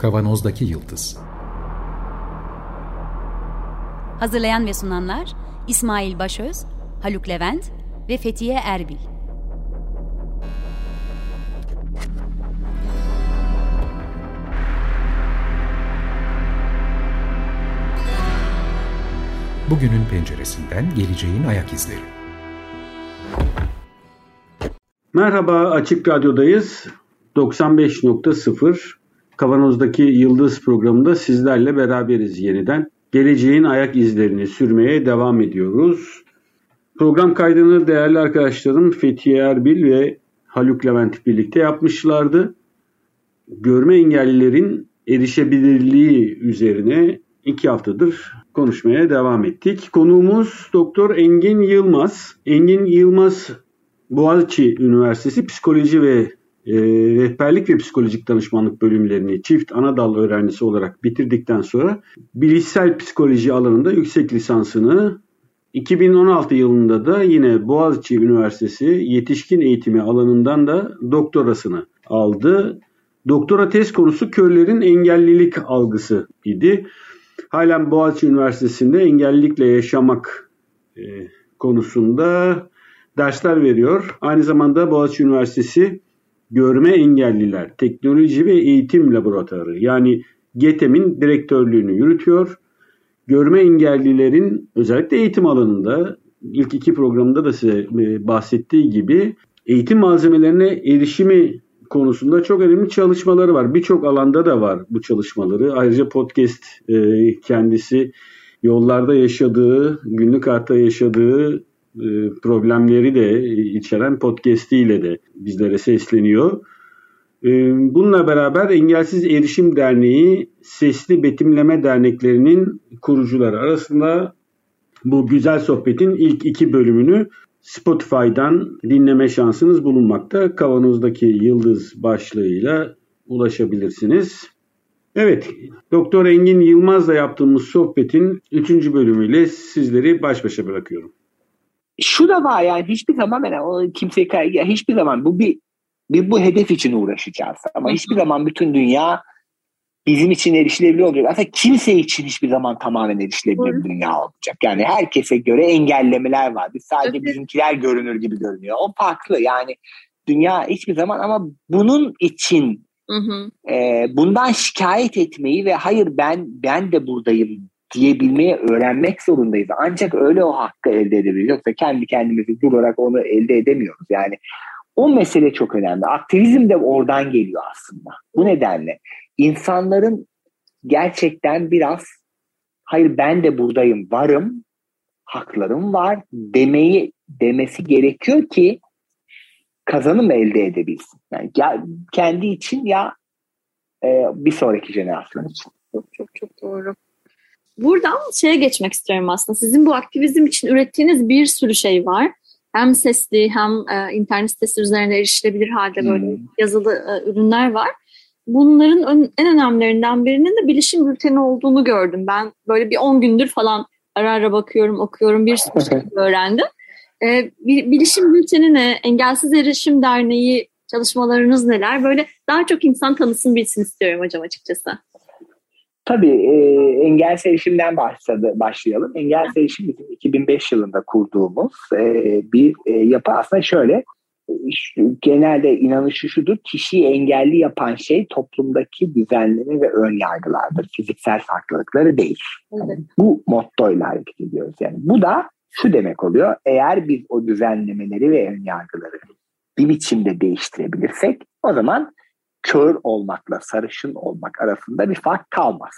Kavanozdaki Yıldız. Hazırlayan ve sunanlar İsmail Başöz, Haluk Levent ve Fethiye Erbil. Bugünün penceresinden geleceğin ayak izleri. Merhaba, Açık Radyo'dayız. 95.0 Kavanozdaki Yıldız programında sizlerle beraberiz yeniden. Geleceğin ayak izlerini sürmeye devam ediyoruz. Program kaydını değerli arkadaşlarım Fethiye Erbil ve Haluk Levent birlikte yapmışlardı. Görme engellilerin erişebilirliği üzerine 2 haftadır konuşmaya devam ettik. Konuğumuz Doktor Engin Yılmaz. Engin Yılmaz, Boğaziçi Üniversitesi Psikoloji ve Rehberlik ve Psikolojik Danışmanlık bölümlerini çift anadal öğrencisi olarak bitirdikten sonra bilişsel psikoloji alanında yüksek lisansını, 2016 yılında da yine Boğaziçi Üniversitesi yetişkin eğitimi alanından da doktorasını aldı. Doktora tez konusu körlerin engellilik algısı idi. Halen Boğaziçi Üniversitesi'nde engellilikle yaşamak konusunda dersler veriyor. Aynı zamanda Boğaziçi Üniversitesi Görme Engelliler Teknoloji ve Eğitim Laboratuvarı, yani GETEM'in direktörlüğünü yürütüyor. Görme engellilerin özellikle eğitim alanında ilk 2 programda da size bahsettiği gibi eğitim malzemelerine erişimi konusunda çok önemli çalışmaları var. Birçok alanda da var bu çalışmaları. Ayrıca podcast kendisi yollarda yaşadığı, günlük hayatta yaşadığı problemleri de içeren podcastiyle de bizlere sesleniyor. Bununla beraber Engelsiz Erişim Derneği, Sesli Betimleme Derneklerinin kurucuları arasında bu güzel sohbetin ilk 2 bölümünü Spotify'dan dinleme şansınız bulunmakta. Kavanozdaki Yıldız başlığıyla ulaşabilirsiniz. Evet, Doktor Engin Yılmaz'la yaptığımız sohbetin 3. bölümüyle sizleri baş başa bırakıyorum. Şu da var, yani hiçbir zaman hiçbir zaman bu hedef için uğraşacağız ama hiçbir zaman bütün dünya bizim için erişilebilir olacak. Aslında kimse için hiçbir zaman tamamen erişilebilir bir dünya olacak. Yani herkese göre engellemeler var. Biz sadece bizimkiler görünür gibi görünüyor. O farklı, yani dünya hiçbir zaman, ama bunun için bundan şikayet etmeyi ve hayır ben de buradayım diyebilmeyi öğrenmek zorundayız. Ancak öyle o hakkı elde edebiliriz. Yoksa kendi kendimizi durarak onu elde edemiyoruz. Yani o mesele çok önemli. Aktivizm de oradan geliyor aslında. Bu nedenle insanların gerçekten biraz hayır ben de buradayım, varım, haklarım var demesi gerekiyor ki kazanım elde edebilsin. Yani kendi için ya bir sonraki jenerasyon için. Çok doğru. Buradan şeye geçmek istiyorum aslında. Sizin bu aktivizm için ürettiğiniz bir sürü şey var. Hem sesli hem internet sitesi üzerinde erişilebilir halde böyle yazılı ürünler var. Bunların en önemlilerinden birinin de bilişim bülteni olduğunu gördüm. Ben böyle bir 10 gündür falan ara ara bakıyorum, okuyorum, bir sürü şey öğrendim. Bilişim bülteni ne? Engelsiz Erişim Derneği çalışmalarınız neler? Böyle daha çok insan tanısın, bilsin istiyorum hocam açıkçası. Tabii engelsiz erişimden başlayalım. Engelsiz erişim bizim 2005 yılında kurduğumuz bir yapı. Aslında şöyle, genelde inanışı şudur: kişiyi engelli yapan şey toplumdaki düzenleme ve ön yargılardır. Fiziksel farklılıkları değil. Yani bu mottoyla hareket ediyoruz. Yani bu da şu demek oluyor: eğer biz o düzenlemeleri ve ön yargıları bir biçimde değiştirebilirsek o zaman kör olmakla sarışın olmak arasında bir fark kalmaz.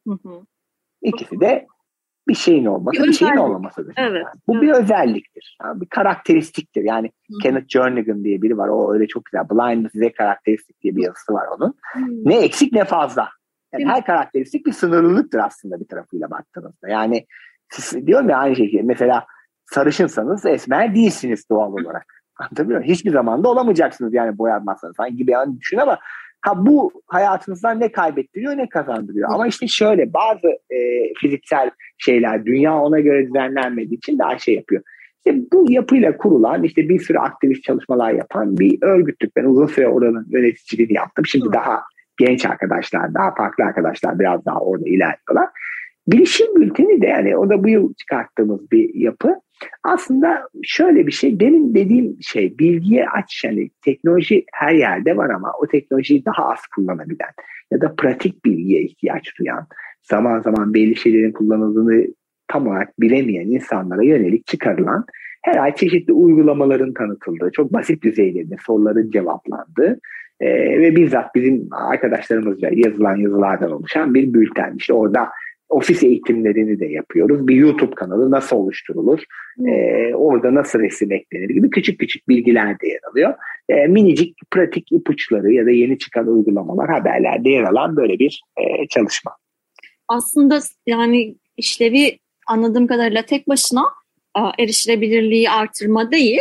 İkisi de bir şeyin olması, bir şeyin olmamasıdır. Evet. Yani bu bir özelliktir. Yani bir karakteristiktir. Yani Kenneth Jernigan diye biri var. O öyle çok güzel. Blindness is a karakteristik diye bir yazısı var onun. Ne eksik ne fazla. Yani her karakteristik bir sınırlılıktır aslında bir tarafıyla baktığınızda. Yani siz, diyorum ya, aynı şekilde mesela sarışınsanız esmer değilsiniz doğal olarak. Anlatabiliyor muyum? Hiçbir zaman da olamayacaksınız yani boyanmazsanız falan gibi yani düşün, ama bu hayatınızdan ne kaybettiriyor ne kazandırıyor. Ama işte şöyle bazı fiziksel şeyler, dünya ona göre düzenlenmediği için daha şey yapıyor. İşte bu yapıyla kurulan, işte bir sürü aktivist çalışmalar yapan bir örgütlük. Ben uzun süre oranın yöneticiliğini yaptım. Şimdi daha genç arkadaşlar, daha farklı arkadaşlar biraz daha orada ilerliyorlar. Bilişim bülteni de yani o da bu yıl çıkarttığımız bir yapı. Aslında şöyle bir şey, demin dediğim şey, bilgiye aç, yani teknoloji her yerde var ama o teknolojiyi daha az kullanabilen ya da pratik bilgiye ihtiyaç duyan, zaman zaman belli şeylerin kullanıldığını tam olarak bilemeyen insanlara yönelik çıkarılan, her ay çeşitli uygulamaların tanıtıldığı, çok basit düzeylerinde soruların cevaplandığı ve bizzat bizim arkadaşlarımızla yazılan yazılardan oluşan bir bülten. İşte orada ofis eğitimlerini de yapıyoruz. Bir YouTube kanalı nasıl oluşturulur? Orada nasıl resim eklenir gibi küçük küçük bilgiler de yer alıyor. Minicik pratik ipuçları ya da yeni çıkan uygulamalar, haberlerde yer alan böyle bir çalışma. Aslında yani işlevi anladığım kadarıyla tek başına erişilebilirliği artırma değil,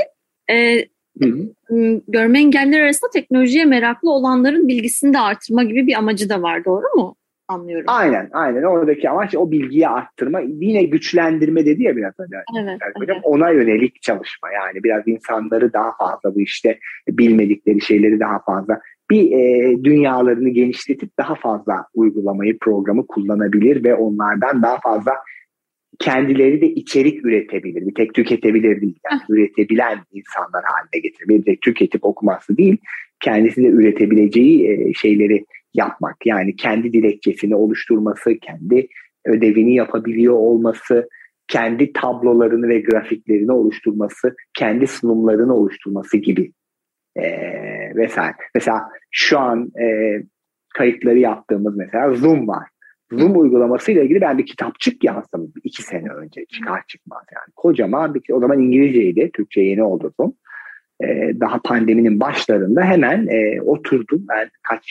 görme engelliler arasında teknolojiye meraklı olanların bilgisini de artırma gibi bir amacı da var. Doğru mu? Anlıyorum. Aynen. Oradaki amaç o bilgiyi arttırma. Yine güçlendirme dedi ya biraz önce. Evet. Ona yönelik çalışma. Yani biraz insanları daha fazla bu işte bilmedikleri şeyleri daha fazla dünyalarını genişletip daha fazla uygulamayı, programı kullanabilir ve onlardan daha fazla kendileri de içerik üretebilir. Bir tek tüketebilir değil. Yani üretebilen insanlar haline getirir. Bir tek tüketip okuması değil, kendisinde üretebileceği şeyleri yapmak. Yani kendi dilekçesini oluşturması, kendi ödevini yapabiliyor olması, kendi tablolarını ve grafiklerini oluşturması, kendi sunumlarını oluşturması gibi vesaire. Mesela şu an kayıtları yaptığımız mesela Zoom var. Zoom uygulamasıyla ilgili ben bir kitapçık yazdım 2 sene önce, çıkar çıkmaz yani. Kocaman o zaman İngilizceydi, Türkçe yeni oldu Zoom. Daha pandeminin başlarında hemen oturdum ben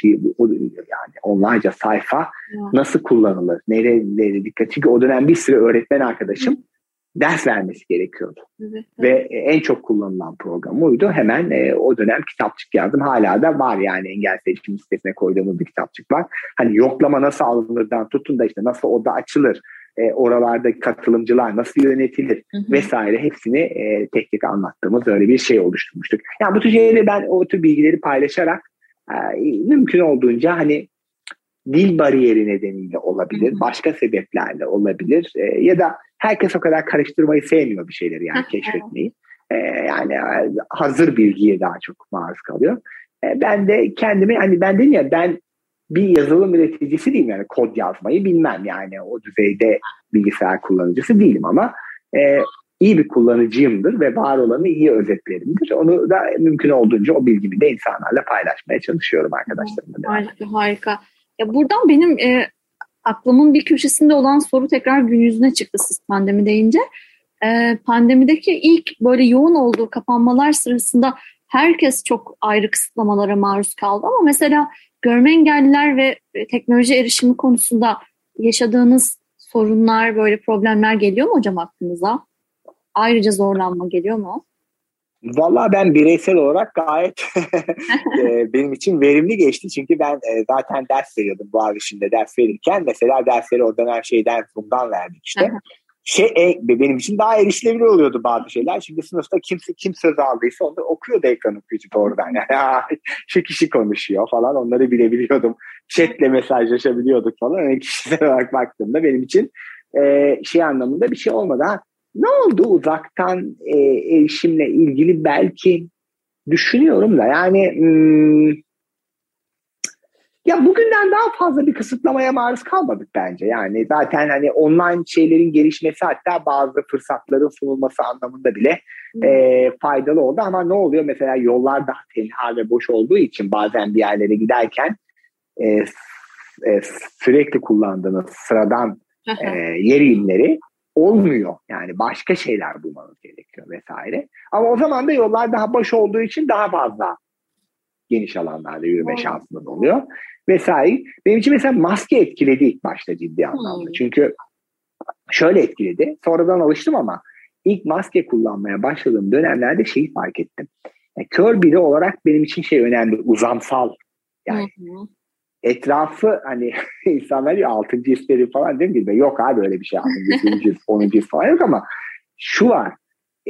yani onlarca sayfa nasıl kullanılır, nereye dikkat, çünkü o dönem bir sürü öğretmen arkadaşım ders vermesi gerekiyordu. Evet. Ve en çok kullanılan program oydu. Hemen o dönem kitapçık yazdım. Hala da var yani, engel seçim listesine koyduğumuz bir kitapçık var. Hani yoklama nasıl alınırdan tutun da işte nasıl oda açılır, oralarda katılımcılar nasıl yönetilir vesaire, hepsini tek tek anlattığımız öyle bir şey oluşturmuştuk. Yani bu tür şeyleri ben o tür bilgileri paylaşarak mümkün olduğunca hani dil bariyeri nedeniyle olabilir, başka sebeplerle olabilir ya da herkes o kadar karıştırmayı sevmiyor bir şeyleri, yani keşfetmeyi. Yani hazır bilgiye daha çok maruz kalıyor. Ben de kendimi, hani ben dedim ya, ben bir yazılım üreticisi değilim, yani kod yazmayı bilmem, yani o düzeyde bilgisayar kullanıcısı değilim ama iyi bir kullanıcıyımdır ve var olanı iyi özetlerimdir. Onu da mümkün olduğunca o bilgimi de insanlarla paylaşmaya çalışıyorum arkadaşlarımla. Harika. Ya buradan benim aklımın bir köşesinde olan soru tekrar gün yüzüne çıktı siz pandemi deyince. Pandemideki ilk böyle yoğun olduğu kapanmalar sırasında herkes çok ayrı kısıtlamalara maruz kaldı ama mesela görme engelliler ve teknoloji erişimi konusunda yaşadığınız sorunlar, böyle problemler geliyor mu hocam aklınıza? Ayrıca zorlanma geliyor mu? Vallahi ben bireysel olarak gayet benim için verimli geçti. Çünkü ben zaten ders veriyordum Boğaziçi'nde ders verirken. Mesela dersleri o dönem Zoom'dan verdik işte. Benim için daha erişilebilir oluyordu bazı şeyler. Şimdi sınıfta kim söz aldıysa onu okuyordu ekran okuyucu doğrudan. Yani şu kişi konuşuyor falan, onları bilebiliyordum. Chatle mesajlaşabiliyorduk falan. Yani kişisel olarak baktığımda benim için anlamında bir şey olmadı. Ne oldu uzaktan erişimle ilgili belki düşünüyorum da yani ya bugünden daha fazla bir kısıtlamaya maruz kalmadık bence. Yani zaten hani online şeylerin gelişmesi, hatta bazı fırsatların sunulması anlamında bile faydalı oldu. Ama ne oluyor mesela, yollar daha tenha ve boş olduğu için bazen bir yerlere giderken sürekli kullandığınız sıradan yer ilimleri olmuyor. Yani başka şeyler bulmanız gerekiyor vesaire. Ama o zaman da yollar daha boş olduğu için daha fazla geniş alanlarda yürüme şansınız oluyor vesaire. Benim için mesela maske etkiledi ilk başta ciddi anlamda. Çünkü şöyle etkiledi. Sonradan alıştım ama ilk maske kullanmaya başladığım dönemlerde şeyi fark ettim. Yani kör biri olarak benim için önemli. Uzamsal. Yani etrafı hani insanlar diyor 6. hisleri falan değil mi? Yok abi öyle bir şey. 6. his, 7. his, 10. his falan yok ama şu var.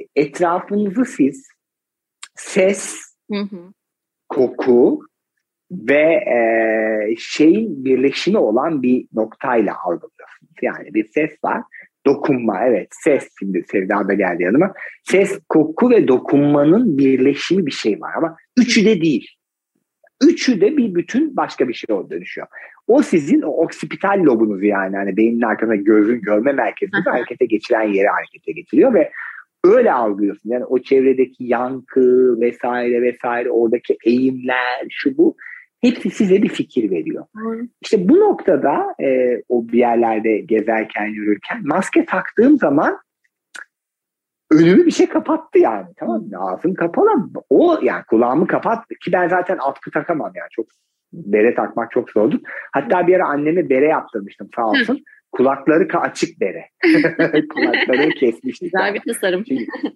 Etrafınızı siz ses, koku ve şeyin birleşimi olan bir noktayla algılıyorsunuz. Yani bir ses var. Dokunma, evet, ses, şimdi Sevda da geldi yanıma. Ses, koku ve dokunmanın birleşimi bir şey var ama üçü de değil. Üçü de bir bütün başka bir şey dönüşüyor. O sizin o oksipital lobunuz, yani hani beynin arkasında gözün görme merkezini harekete geçiren yere harekete geçiriyor ve öyle algılıyorsun. Yani o çevredeki yankı vesaire vesaire, oradaki eğimler, şu bu, hepsi size bir fikir veriyor. İşte bu noktada o bir yerlerde gezerken, yürürken maske taktığım zaman önümü bir şey kapattı yani. Tamam mı? Ağzım kapalı. O yani kulağımı kapattı ki ben zaten atkı takamam yani. Çok bere takmak çok zordur. Hatta bir ara anneme bere yaptırmıştım sağ olsun. Kulakları açık bere. Kulakları kesmiştik. Güzel bir tasarım.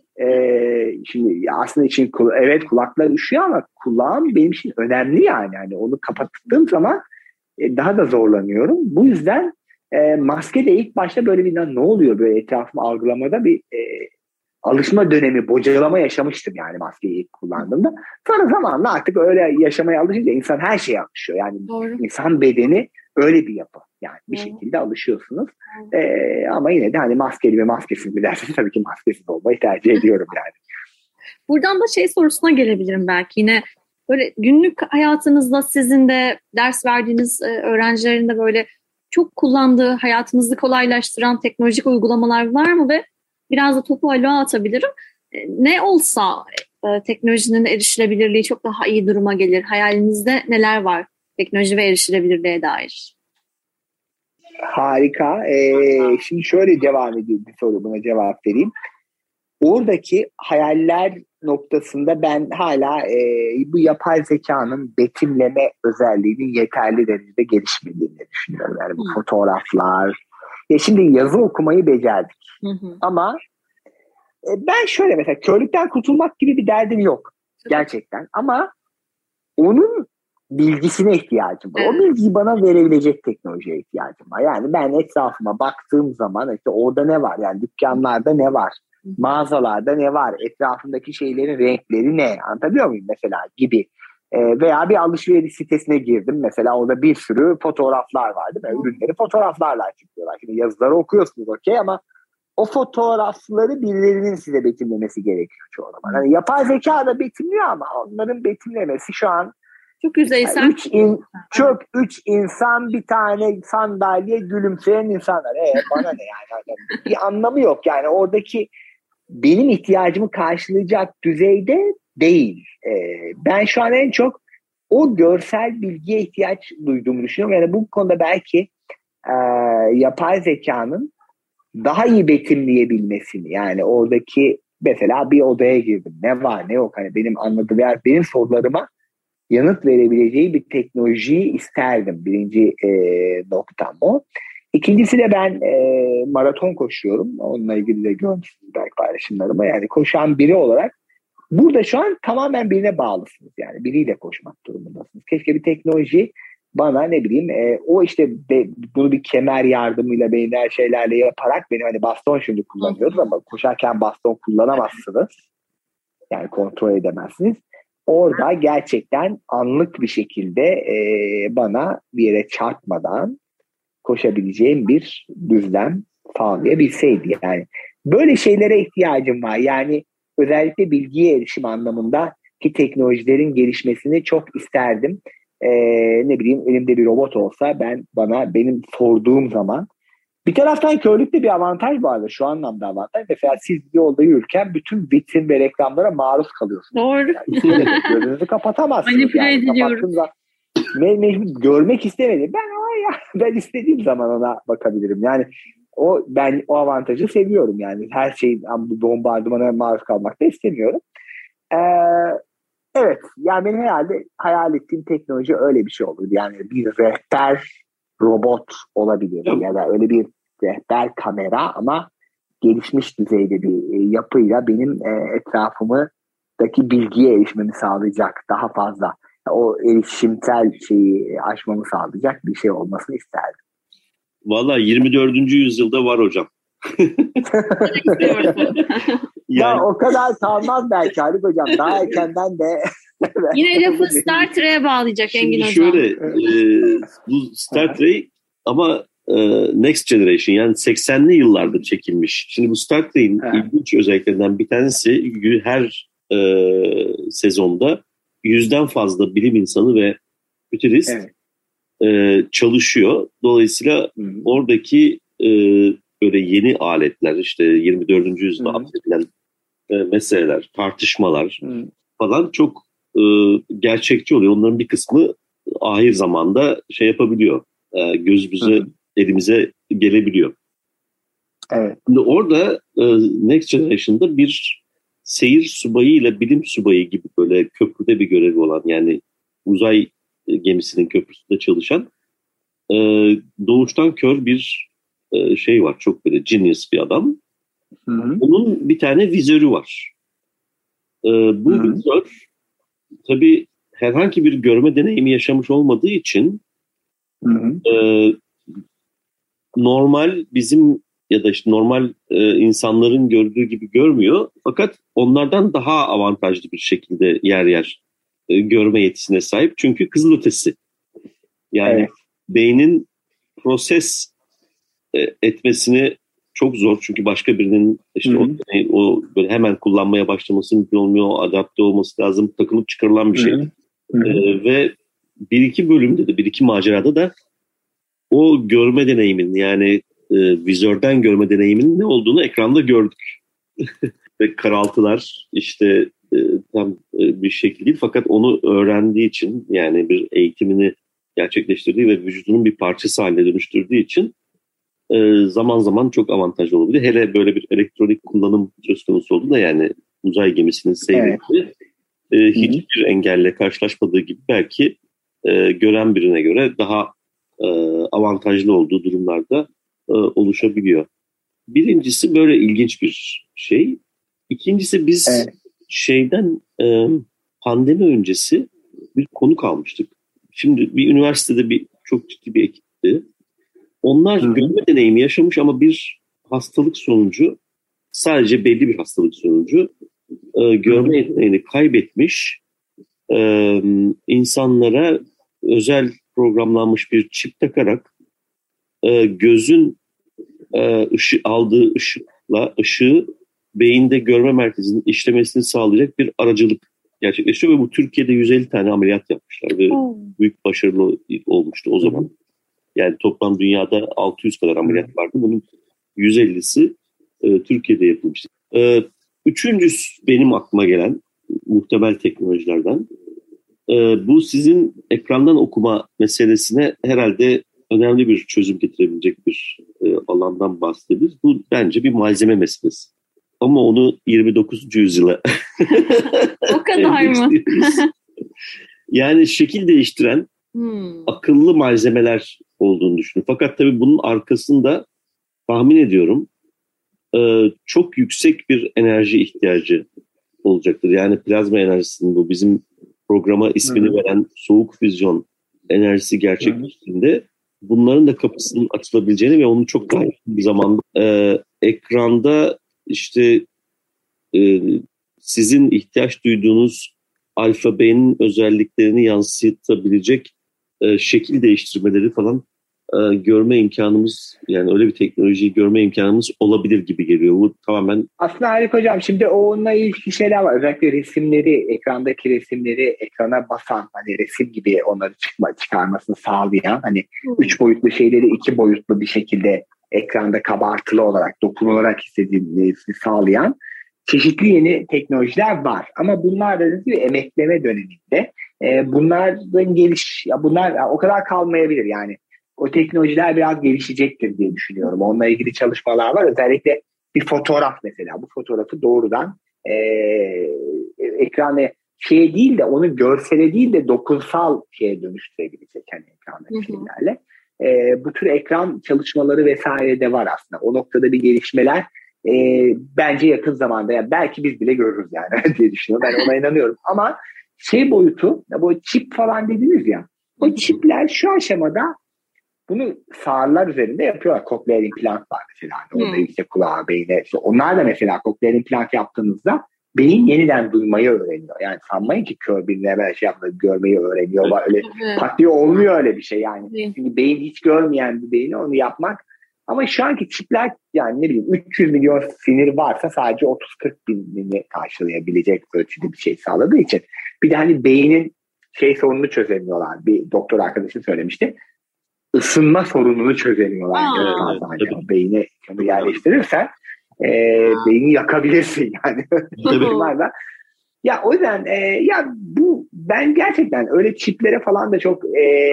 Şimdi aslında için evet kulaklar üşüyor ama kulağım benim için önemli yani. Yani onu kapattığım zaman daha da zorlanıyorum. Bu yüzden maske de ilk başta böyle bir ne oluyor böyle etrafımı algılamada bir alışma dönemi, bocalama yaşamıştım yani maskeyi ilk kullandığımda. Sonra zamanla artık öyle yaşamaya alışınca insan her şeye alışıyor. Yani Doğru. insan bedeni öyle bir yapı. Yani bir şekilde alışıyorsunuz. Ama yine de hani maskeli mi maskesiz mi derseniz tabii ki maskesiz olmayı tercih ediyorum yani. Buradan da şey sorusuna gelebilirim belki. Yine böyle günlük hayatınızda sizin de ders verdiğiniz öğrencilerin de böyle çok kullandığı, hayatınızı kolaylaştıran teknolojik uygulamalar var mı ve biraz da topu aloğa atabilirim. Ne olsa teknolojinin erişilebilirliği çok daha iyi duruma gelir. Hayalinizde neler var teknoloji ve erişilebilirliğe dair? Harika. Şimdi şöyle devam edeyim, bir soru buna cevap vereyim. Oradaki hayaller noktasında ben hala bu yapay zekanın betimleme özelliğinin yeterli derecede gelişmediğini düşünüyorum. Yani bu fotoğraflar. Şimdi yazı okumayı becerdik. Ama ben şöyle mesela körlükten kurtulmak gibi bir derdim yok. Gerçekten. Ama onun bilgisine ihtiyacım var. O bilgiyi bana verebilecek teknolojiye ihtiyacım var. Yani ben etrafıma baktığım zaman işte orada ne var? Yani dükkanlarda ne var? Mağazalarda ne var? Etrafındaki şeylerin renkleri ne? Anlatabiliyor muyum mesela gibi. Veya bir alışveriş sitesine girdim. Mesela orada bir sürü fotoğraflar vardı. Ürünleri fotoğraflarla açıklıyorlar. Şimdi yazıları okuyorsunuz okey ama o fotoğrafları birilerinin size betimlemesi gerekiyor çoğu zaman. Yani yapay zeka da betimliyor ama onların betimlemesi şu an çok yüzeysel. Üç insan, bir tane sandalye, gülümseyen insanlar. Bana ne yani? Bir anlamı yok yani. Oradaki benim ihtiyacımı karşılayacak düzeyde değil. Ben şu an en çok o görsel bilgiye ihtiyaç duyduğumu düşünüyorum. Yani bu konuda belki yapay zekanın daha iyi betimleyebilmesini, yani oradaki mesela bir odaya girdim. Ne var ne yok. Hani benim anladığım veya benim sorularıma yanıt verebileceği bir teknolojiyi isterdim. Birinci noktam o. İkincisi de ben maraton koşuyorum. Onunla ilgili de görmüşsünüz belki paylaşımlarıma. Yani koşan biri olarak burada şu an tamamen birine bağlısınız. Yani biriyle koşmak durumundasınız. Keşke bir teknoloji bana ne bileyim o işte bunu bir kemer yardımıyla benzer şeylerle yaparak benim hani baston şimdi kullanıyoruz ama koşarken baston kullanamazsınız. Yani kontrol edemezsiniz. Orada gerçekten anlık bir şekilde bana bir yere çarpmadan koşabileceğim bir düzlem sağlayabilseydi. Yani böyle şeylere ihtiyacım var. Yani özellikle bilgiye erişim anlamında ki teknolojilerin gelişmesini çok isterdim. Ne bileyim elimde bir robot olsa benim sorduğum zaman bir taraftan körlükte bir avantaj vardı. Şu anlamda avantaj. Mesela siz yolda yürürken bütün vitrin ve reklamlara maruz kalıyorsunuz. Doğru. Yani gözünüzü kapatamazsınız. Manipüle ediliyoruz. Mecbur görmek istemedim. Ben istediğim zaman ona bakabilirim. Yani ben o avantajı seviyorum. Yani her şeyin bombardımana maruz kalmak da istemiyorum. Evet. Yani benim herhalde hayal ettiğim teknoloji öyle bir şey olurdu. Yani bir rehber robot olabilir. Ya da öyle bir rehber kamera ama gelişmiş düzeyde bir yapıyla benim etrafımdaki bilgiye erişmemi sağlayacak daha fazla. O erişimsel şeyi aşmamı sağlayacak bir şey olmasını isterdim. Valla 24. yüzyılda var hocam. Ya o kadar kalmaz belki Haluk hocam. Daha erkenden de Yine lafı Star Trek'e bağlayacak Engin Hocam. Şimdi şöyle, bu Star Trek ama Next Generation, yani 80'li yıllarda çekilmiş. Şimdi bu Star Trek'in ilginç özelliklerinden bir tanesi, her sezonda 100'den fazla bilim insanı ve fütürist çalışıyor. Dolayısıyla oradaki böyle yeni aletler, işte 24. yüzyılda affedilen meseleler, tartışmalar falan çok gerçekçi oluyor. Onların bir kısmı ahir zamanda şey yapabiliyor. Gözümüze, elimize gelebiliyor. Evet. Şimdi orada Next Generation'da bir seyir subayı ile bilim subayı gibi böyle köprüde bir görevi olan, yani uzay gemisinin köprüsünde çalışan doğuştan kör bir şey var. Çok böyle genius bir adam. Onun bir tane vizörü var. Bu vizör tabii herhangi bir görme deneyimi yaşamış olmadığı için normal bizim ya da işte normal insanların gördüğü gibi görmüyor. Fakat onlardan daha avantajlı bir şekilde yer yer görme yetisine sahip. Çünkü kızılötesi. Yani beynin proses etmesini çok zor. Çünkü başka birinin işte o böyle hemen kullanmaya başlaması mümkün olmuyor. Adapte olması lazım. Takılıp çıkarılan bir şey. Ve bir iki bölümde de, bir iki macerada da o görme deneyiminin, yani vizörden görme deneyiminin ne olduğunu ekranda gördük. Ve karaltılar işte tam bir şekil değil, fakat onu öğrendiği için, yani bir eğitimini gerçekleştirdiği ve vücudunun bir parçası haline dönüştürdüğü için zaman zaman çok avantajlı olabilir. Hele böyle bir elektronik kullanım söz konusu olduğunda, yani uzay gemisinin seyrettiği hiçbir engelle karşılaşmadığı gibi belki gören birine göre daha avantajlı olduğu durumlarda oluşabiliyor. Birincisi böyle ilginç bir şey. İkincisi biz pandemi öncesi bir konuk almıştık. Şimdi bir üniversitede çok ciddi bir ekipti. Onlar görme deneyimi yaşamış ama bir hastalık sonucu, sadece belli bir hastalık sonucu görme yeteneğini kaybetmiş insanlara özel programlanmış bir çip takarak gözün aldığı ışığı beyinde görme merkezinin işlemesini sağlayacak bir aracılık gerçekleşiyor ve bu Türkiye'de 150 tane ameliyat yapmışlar ve büyük başarılı olmuştu o zaman. Yani toplam dünyada 600 kadar ameliyat vardı. Bunun 150'si Türkiye'de yapılmıştı. Üçüncüsü benim aklıma gelen muhtemel teknolojilerden. Bu sizin ekrandan okuma meselesine herhalde önemli bir çözüm getirebilecek bir alandan bahsediyoruz. Bu bence bir malzeme meselesi. Ama onu 29. yüzyıla o kadar mı? Yani şekil değiştiren akıllı malzemeler olduğunu düşünüyorum. Fakat tabii bunun arkasında tahmin ediyorum çok yüksek bir enerji ihtiyacı olacaktır. Yani plazma enerjisinin, bu bizim programa ismini veren soğuk füzyon enerjisi gerçekleştiğinde bunların da kapısının açılabileceğini ve onu çok daha bir zamanda ekranda işte sizin ihtiyaç duyduğunuz alfabenin özelliklerini yansıtabilecek şekil değiştirmeleri falan görme imkanımız, yani öyle bir teknolojiyi görme imkanımız olabilir gibi geliyor. Bu tamamen... Aslında Harika Hocam, şimdi onunla ilgili şeyler var. Özellikle resimleri, ekrandaki resimleri ekrana basan, hani resim gibi onları çıkarmasını sağlayan, hani 3 boyutlu şeyleri 2 boyutlu bir şekilde ekranda kabartılı olarak, dokunularak hissedilmesini sağlayan çeşitli yeni teknolojiler var. Ama bunlar da bir emekleme döneminde. Bunlar o kadar kalmayabilir yani. O teknolojiler biraz gelişecektir diye düşünüyorum. Onunla ilgili çalışmalar var. Özellikle bir fotoğraf mesela. Bu fotoğrafı doğrudan ekrana değil de onu görsele değil de dokunsal şeye dönüştürebilecek, hani ekrandaki şeylerle. Bu tür ekran çalışmaları vesaire de var aslında. O noktada bir gelişmeler bence yakın zamanda, yani belki biz bile görürüz yani diye düşünüyorum. Ben ona inanıyorum. Ama boyutu, bu çip falan dediniz ya, o çipler şu aşamada bunu sağırlar üzerinde yapıyorlar. Kokleer implant var mesela. Orada işte kulağa, beyne. İşte onlar da mesela kokleer implant yaptığınızda beyin yeniden duymayı öğreniyor. Yani sanmayın ki kör birine hemen şey yapmayı, görmeyi öğreniyor. Öyle patlıyor, olmuyor öyle bir şey yani. Çünkü beyin hiç görmeyen bir beyni onu yapmak. Ama şu anki çipler yani ne bileyim 300 milyon sinir varsa sadece 30-40 binini karşılayabilecek ölçüde bir şey sağladığı için. Bir de hani beynin sorununu çözemiyorlar. Bir doktor arkadaşım söylemişti. Isınma sorununu çözemiyorlar. Yani beyni yerleştirirsen beyni yakabilirsin yani. Ya o yüzden ya bu ben gerçekten öyle çiplere falan da çok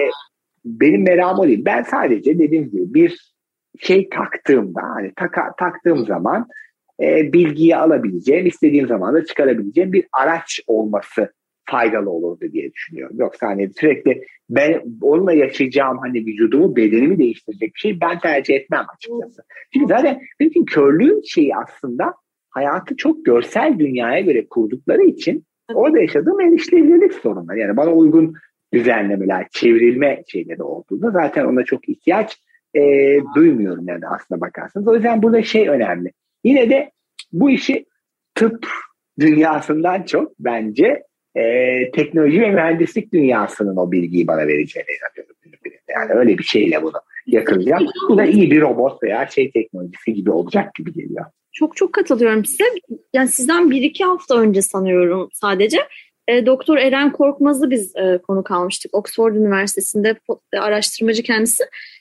benim merakım değil. Ben sadece dediğim gibi bir şey taktığımda hani taktığım zaman bilgiyi alabileceğim, istediğim zaman da çıkarabileceğim bir araç olması faydalı olurdu diye düşünüyorum. Yoksa hani sürekli ben onunla yaşayacağım hani vücudumu, bedenimi değiştirecek bir şey ben tercih etmem açıkçası. Çünkü zaten benim körlüğün şeyi aslında hayatı çok görsel dünyaya göre kurdukları için orada yaşadığım erişilebilirlik sorunları. Yani bana uygun düzenlemeler, çevrilme şeyleri olduğunda zaten ona çok ihtiyaç duymuyorum yani aslına bakarsanız. O yüzden burada önemli. Yine de bu işi tıp dünyasından çok bence teknoloji ve mühendislik dünyasının o bilgiyi bana vereceğine inanıyorum. Yani öyle bir şeyle bunu yakalayacağım. Bu da iyi bir robot veya teknolojisi gibi olacak gibi geliyor. Çok çok katılıyorum size. Yani sizden 1-2 hafta önce sanıyorum sadece Doktor Eren Korkmaz'ı biz konuk almıştık. Oxford Üniversitesi'nde araştırmacı kendisi.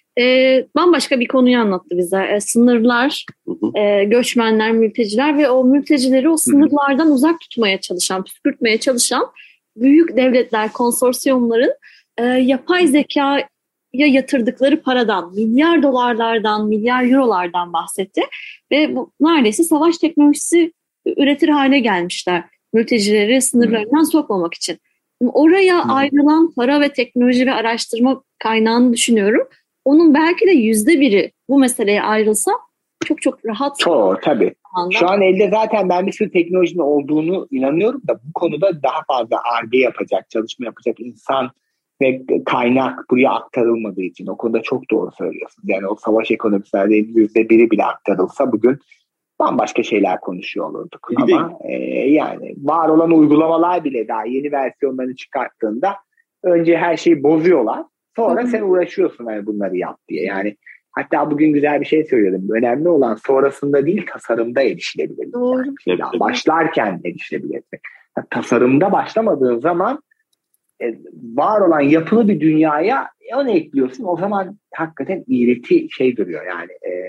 Bambaşka bir konuyu anlattı bize. Sınırlar, göçmenler, mülteciler ve o mültecileri o sınırlardan uzak tutmaya çalışan, püskürtmeye çalışan büyük devletler, konsorsiyumların yapay zekaya yatırdıkları paradan, milyar dolarlardan, milyar eurolardan bahsetti. Ve bu neredeyse savaş teknolojisi üretir hale gelmişler. Mültecileri sınırlarından sokmamak için. Oraya ayrılan para ve teknoloji ve araştırma kaynağını düşünüyorum. Onun belki de %1'i bu meseleye ayrılsa çok çok rahat. Tabii. Şu an elde zaten ben bir sürü teknolojinin olduğunu inanıyorum da bu konuda daha fazla Ar-Ge yapacak, çalışma yapacak insan ve kaynak buraya aktarılmadığı için o konuda çok doğru söylüyorsunuz. Yani o savaş ekonomisinde %1'i bile aktarılsa bugün bambaşka şeyler konuşuyor olurduk. Ama yani var olan uygulamalar bile daha yeni versiyonlarını çıkarttığında önce her şeyi bozuyorlar. Sonra sen uğraşıyorsun yani bunları yap diye. Yani hatta bugün güzel bir şey söyledim. Önemli olan sonrasında değil tasarımda erişilebilirlik. Yani başlarken erişilebilirlik. Tasarımda başlamadığın zaman var olan yapılı bir dünyaya onu ekliyorsun. O zaman hakikaten iğreti duruyor yani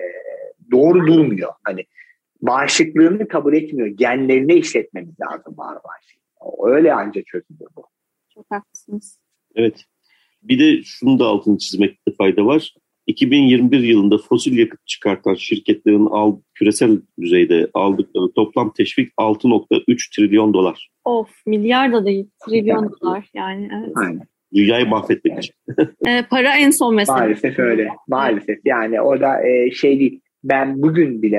doğru durmuyor. Hani bağışıklığını kabul etmiyor. Genlerine işletmemiz lazım var şey. Öyle ancak çözülüyor bu. Çok haklısınız. Evet. Bir de şunu da altını çizmekte fayda var. 2021 yılında fosil yakıt çıkartan şirketlerin küresel düzeyde aldıkları toplam teşvik 6.3 trilyon dolar. Of, milyar da değil, trilyon dolar yani. Evet. Aynen. Dünyayı mahvetmek için. Para en son mesele. Maalesef öyle. Maalesef yani o da değil. Ben bugün bile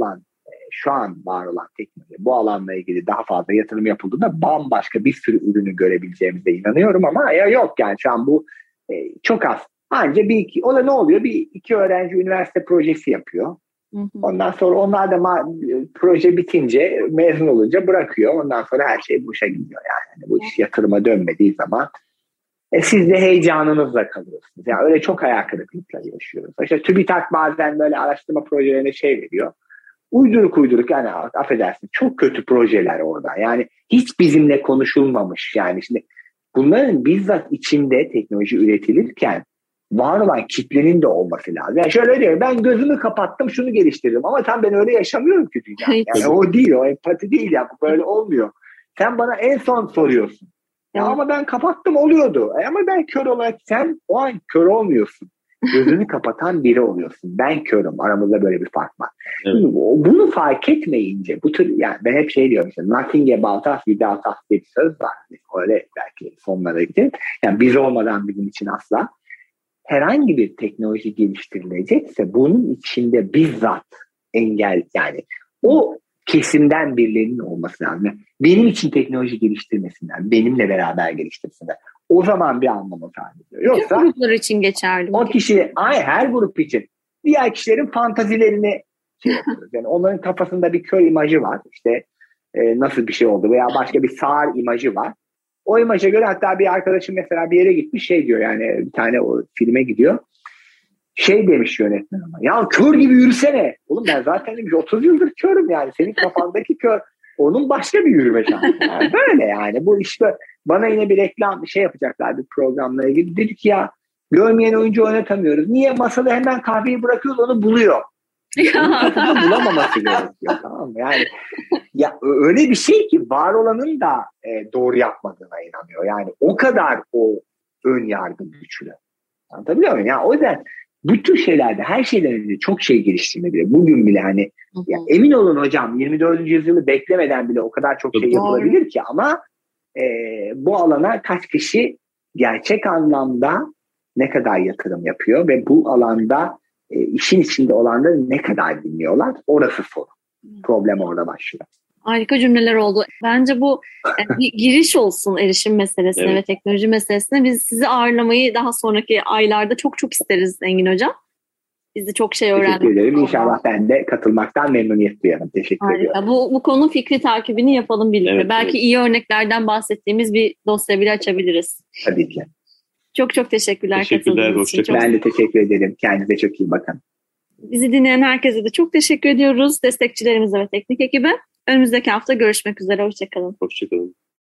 şu an var olan teknoloji, bu alanla ilgili daha fazla yatırım yapıldığında bambaşka bir sürü ürünü görebileceğimize inanıyorum ama yok yani şu an bu çok az. Anca o da ne oluyor? İki öğrenci üniversite projesi yapıyor. Ondan sonra onlar da proje bitince mezun olunca bırakıyor. Ondan sonra her şey boşa gidiyor yani. Bu iş yatırıma dönmediği zaman siz de heyecanınızla kalıyorsunuz. Yani öyle çok hayal kırıklıkları yaşıyoruz. İşte TÜBİTAK bazen böyle araştırma projelerine veriyor. Uyduruk yani affedersin çok kötü projeler orada. Yani hiç bizimle konuşulmamış. Yani şimdi bunların bizzat içinde teknoloji üretilirken var olan kitlenin de olması lazım. Yani şöyle diyor, ben gözümü kapattım şunu geliştirdim ama tam ben öyle yaşamıyorum ki dünya. Yani o değil, o empati değil ya, böyle olmuyor. Sen bana en son soruyorsun. Ya ama ben kapattım oluyordu. Ama ben kör olarak, sen o an kör olmuyorsun. Gözünü kapatan biri oluyorsun. Ben körüm. Aramızda böyle bir fark var. Evet. Bunu fark etmeyince bu tür, yani ben hep diyorum işte nothing about us without us diye bir söz var. Öyle belki sonlara gidelim. Yani biz olmadan bizim için asla. Herhangi bir teknoloji geliştirilecekse bunun içinde bizzat engel, yani o kesimden birilerinin olması lazım. Yani benim için teknoloji geliştirmesinden, benimle beraber geliştirsinler. O zaman bir anlamı ifade ediyor. Yoksa tüm gruplar için geçerli. O kişi, her grup için. Diğer kişilerin fantazilerini yapıyoruz. Yani onların kafasında bir kör imajı var. İşte nasıl bir şey oldu veya başka bir sağır imajı var. O imaja göre hatta bir arkadaşım mesela bir yere gitmiş şey diyor yani bir tane o filme gidiyor. Şey demiş yönetmen ama ya kör gibi yürüsene. Oğlum ben zaten demiş 30 yıldır körüm yani. Senin kafandaki kör onun başka bir yürüme şansı. Yani böyle yani bu işte bana yine bir reklam bir şey yapacaklar bir programla ilgili. Dedik ya görmeyen oyuncu oynatamıyoruz. Niye masada hemen kahveyi bırakıyoruz onu buluyor. Onu bulamaması gerekiyor tamam mı? Yani ya öyle bir şey ki var olanın da doğru yapmadığına inanıyor. Yani o kadar o ön yargı güçlü. Anlatabiliyor muyum? Yani o yüzden bu tür şeylerde her şeyden önce çok şey geliştirmeleri. Bugün bile hani ya emin olun hocam 24. yüzyılı beklemeden bile o kadar çok şey yapılabilir ki ama bu alana kaç kişi gerçek anlamda ne kadar yatırım yapıyor ve bu alanda işin içinde olanları ne kadar dinliyorlar orası sorun. Problem orada başlıyor. Harika cümleler oldu. Bence bu bir giriş olsun erişim meselesine evet. Ve teknoloji meselesine. Biz sizi ağırlamayı daha sonraki aylarda çok çok isteriz Engin Hocam. Biz de çok şey öğrendik. Teşekkür ederim. İnşallah ben de katılmaktan memnuniyet duyarım. Teşekkür ediyorum. Bu konu fikri takibini yapalım birlikte. Evet, belki iyi örneklerden bahsettiğimiz bir dosya bile açabiliriz. Tabii ki. Çok çok teşekkürler katıldığınız için. Ben de teşekkür ederim. Kendinize çok iyi bakın. Bizi dinleyen herkese de çok teşekkür ediyoruz. Destekçilerimize ve teknik ekibe. Önümüzdeki hafta görüşmek üzere. Hoşçakalın. Hoşçakalın.